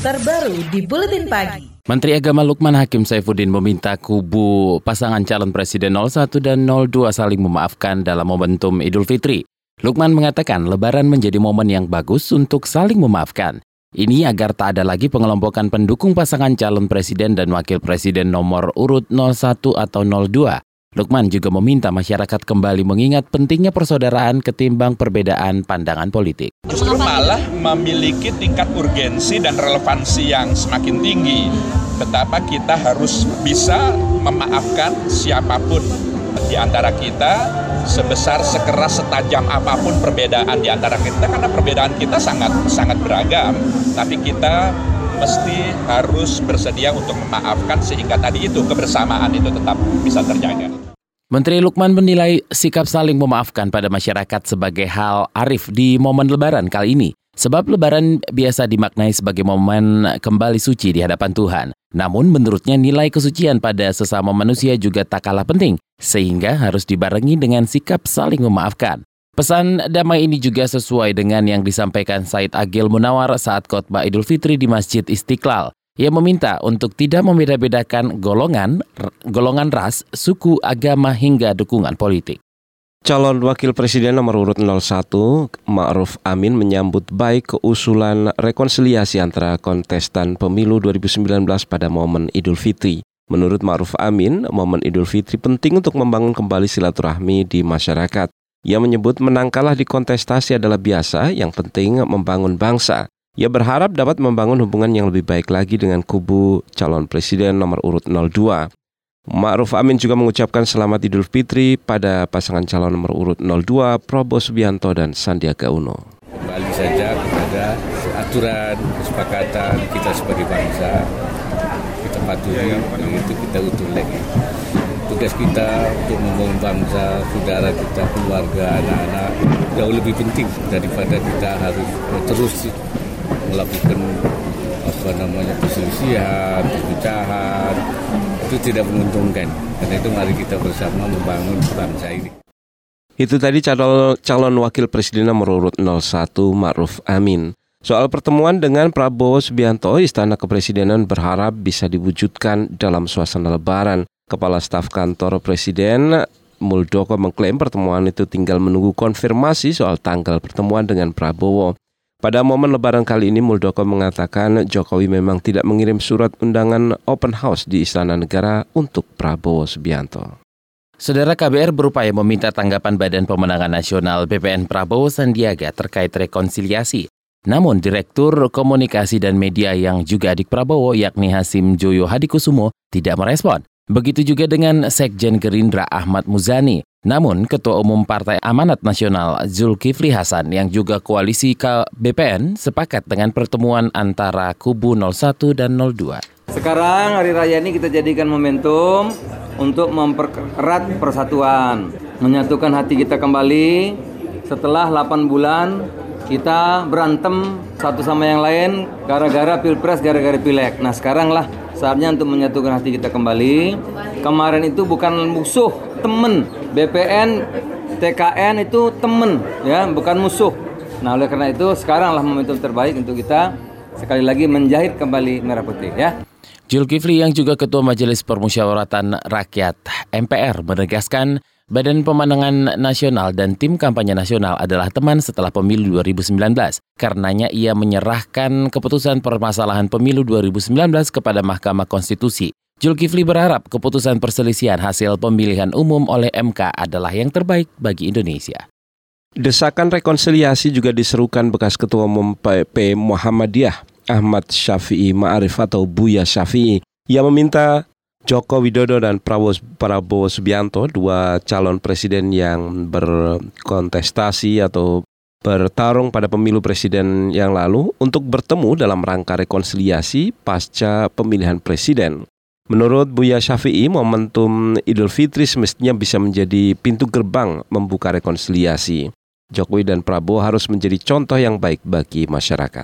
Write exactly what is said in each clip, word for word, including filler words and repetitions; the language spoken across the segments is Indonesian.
terbaru di Buletin Pagi. Menteri Agama Lukman Hakim Saifuddin meminta kubu pasangan calon presiden nol satu dan nol dua saling memaafkan dalam momentum Idul Fitri. Lukman mengatakan Lebaran menjadi momen yang bagus untuk saling memaafkan. Ini agar tak ada lagi pengelompokan pendukung pasangan calon presiden dan wakil presiden nomor urut nol satu atau nol dua. Lukman juga meminta masyarakat kembali mengingat pentingnya persaudaraan ketimbang perbedaan pandangan politik. Justru malah memiliki tingkat urgensi dan relevansi yang semakin tinggi. Betapa kita harus bisa memaafkan siapapun di antara kita, sebesar, sekeras, setajam apapun perbedaan di antara kita, karena perbedaan kita sangat sangat beragam. Tapi kita mesti harus bersedia untuk memaafkan sehingga tadi itu kebersamaan itu tetap bisa terjaga. Menteri Lukman menilai sikap saling memaafkan pada masyarakat sebagai hal arif di momen Lebaran kali ini. Sebab Lebaran biasa dimaknai sebagai momen kembali suci di hadapan Tuhan. Namun menurutnya nilai kesucian pada sesama manusia juga tak kalah penting, sehingga harus dibarengi dengan sikap saling memaafkan. Pesan damai ini juga sesuai dengan yang disampaikan Said Agil Munawar saat khotbah Idul Fitri di Masjid Istiqlal. Ia meminta untuk tidak membeda-bedakan golongan, golongan ras, suku, agama, hingga dukungan politik. Calon Wakil Presiden nomor urut nol satu, Ma'ruf Amin menyambut baik keusulan rekonsiliasi antara kontestan pemilu dua ribu sembilan belas pada momen Idul Fitri. Menurut Ma'ruf Amin, momen Idul Fitri penting untuk membangun kembali silaturahmi di masyarakat. Ia menyebut menang kalah di kontestasi adalah biasa, yang penting membangun bangsa. Ia berharap dapat membangun hubungan yang lebih baik lagi dengan kubu calon presiden nomor urut nol dua. Ma'ruf Amin juga mengucapkan selamat Idul Fitri pada pasangan calon nomor urut nol dua, Prabowo Subianto dan Sandiaga Uno. Kembali saja kepada aturan, kesepakatan kita sebagai bangsa. Kita patuhi, itu kita utuh lagi. Tugas kita untuk membangun bangsa, saudara kita, keluarga, anak-anak jauh lebih penting daripada kita harus terus melakukan apa namanya perselisihan, perpecahan. Itu tidak menguntungkan. Karena itu mari kita bersama membangun bangsa ini. Itu tadi calon, calon wakil presiden nomor urut nol satu, Ma'ruf Amin. Soal pertemuan dengan Prabowo Subianto, Istana Kepresidenan berharap bisa diwujudkan dalam suasana Lebaran. Kepala Staf Kantor Presiden Muldoko mengklaim pertemuan itu tinggal menunggu konfirmasi soal tanggal pertemuan dengan Prabowo. Pada momen Lebaran kali ini, Muldoko mengatakan Jokowi memang tidak mengirim surat undangan open house di Istana Negara untuk Prabowo Subianto. Saudara, K B R berupaya meminta tanggapan Badan Pemenangan Nasional B P N Prabowo Sandiaga terkait rekonsiliasi. Namun, Direktur Komunikasi dan Media yang juga adik Prabowo, yakni Hasim Joyo Hadikusumo, tidak merespon. Begitu juga dengan Sekjen Gerindra Ahmad Muzani. Namun, Ketua Umum Partai Amanat Nasional Zulkifli Hasan yang juga koalisi K B P N sepakat dengan pertemuan antara kubu nol satu dan nol dua. Sekarang Hari Raya ini kita jadikan momentum untuk mempererat persatuan, menyatukan hati kita kembali setelah delapan bulan kita berantem satu sama yang lain gara-gara pilpres, gara-gara pileg. Nah sekarang lah saatnya untuk menyatukan hati kita kembali. Kemarin itu bukan musuh, temen. B P N, T K N itu temen, ya, bukan musuh. Nah oleh karena itu sekarang lah momentum terbaik untuk kita sekali lagi menjahit kembali merah putih, ya. Zulkifli yang juga Ketua Majelis Permusyawaratan Rakyat M P R menegaskan Badan Pemenangan Nasional dan Tim Kampanye Nasional adalah teman setelah pemilu dua ribu sembilan belas. Karenanya ia menyerahkan keputusan permasalahan pemilu dua ribu sembilan belas kepada Mahkamah Konstitusi. Zulkifli berharap keputusan perselisihan hasil pemilihan umum oleh M K adalah yang terbaik bagi Indonesia. Desakan rekonsiliasi juga diserukan bekas Ketua Umum P P Muhammadiyah Ahmad Syafi'i Ma'arif atau Buya Syafi'i. Ia meminta Joko Widodo dan Prabowo, Prabowo Subianto, dua calon presiden yang berkontestasi atau bertarung pada pemilu presiden yang lalu, untuk bertemu dalam rangka rekonsiliasi pasca pemilihan presiden. Menurut Buya Syafi'i, momentum Idul Fitri semestinya bisa menjadi pintu gerbang membuka rekonsiliasi. Jokowi dan Prabowo harus menjadi contoh yang baik bagi masyarakat.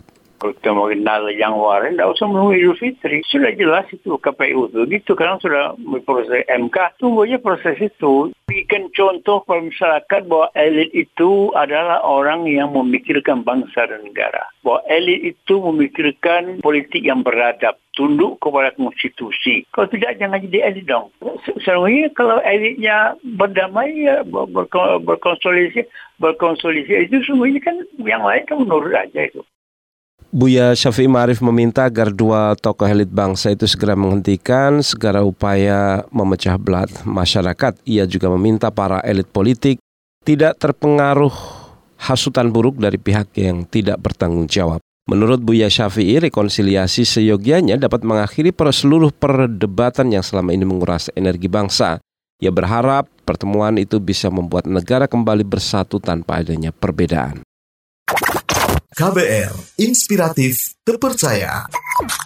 Kalau kita mau kenal yang waran, tidak usah menunggu Idul Fitri. Sudah jelas itu K P U itu. Gitu karena sudah proses M K. Tunggu aja proses itu. Bikin contoh pada masyarakat bahwa elit itu adalah orang yang memikirkan bangsa dan negara. Bahwa elit itu memikirkan politik yang beradab. Tunduk kepada konstitusi. Kalau tidak, jangan jadi elit dong. Sebenarnya kalau elitnya berdamai, ya berkonsolidasi, berkonsolidasi itu semuanya kan yang lain kan menurut aja itu. Buya Syafi'i Ma'arif meminta agar dua tokoh elit bangsa itu segera menghentikan segala upaya memecah belah masyarakat. Ia juga meminta para elit politik tidak terpengaruh hasutan buruk dari pihak yang tidak bertanggung jawab. Menurut Buya Syafi'i, rekonsiliasi seyogianya dapat mengakhiri per seluruh perdebatan yang selama ini menguras energi bangsa. Ia berharap pertemuan itu bisa membuat negara kembali bersatu tanpa adanya perbedaan. K B R, inspiratif, terpercaya.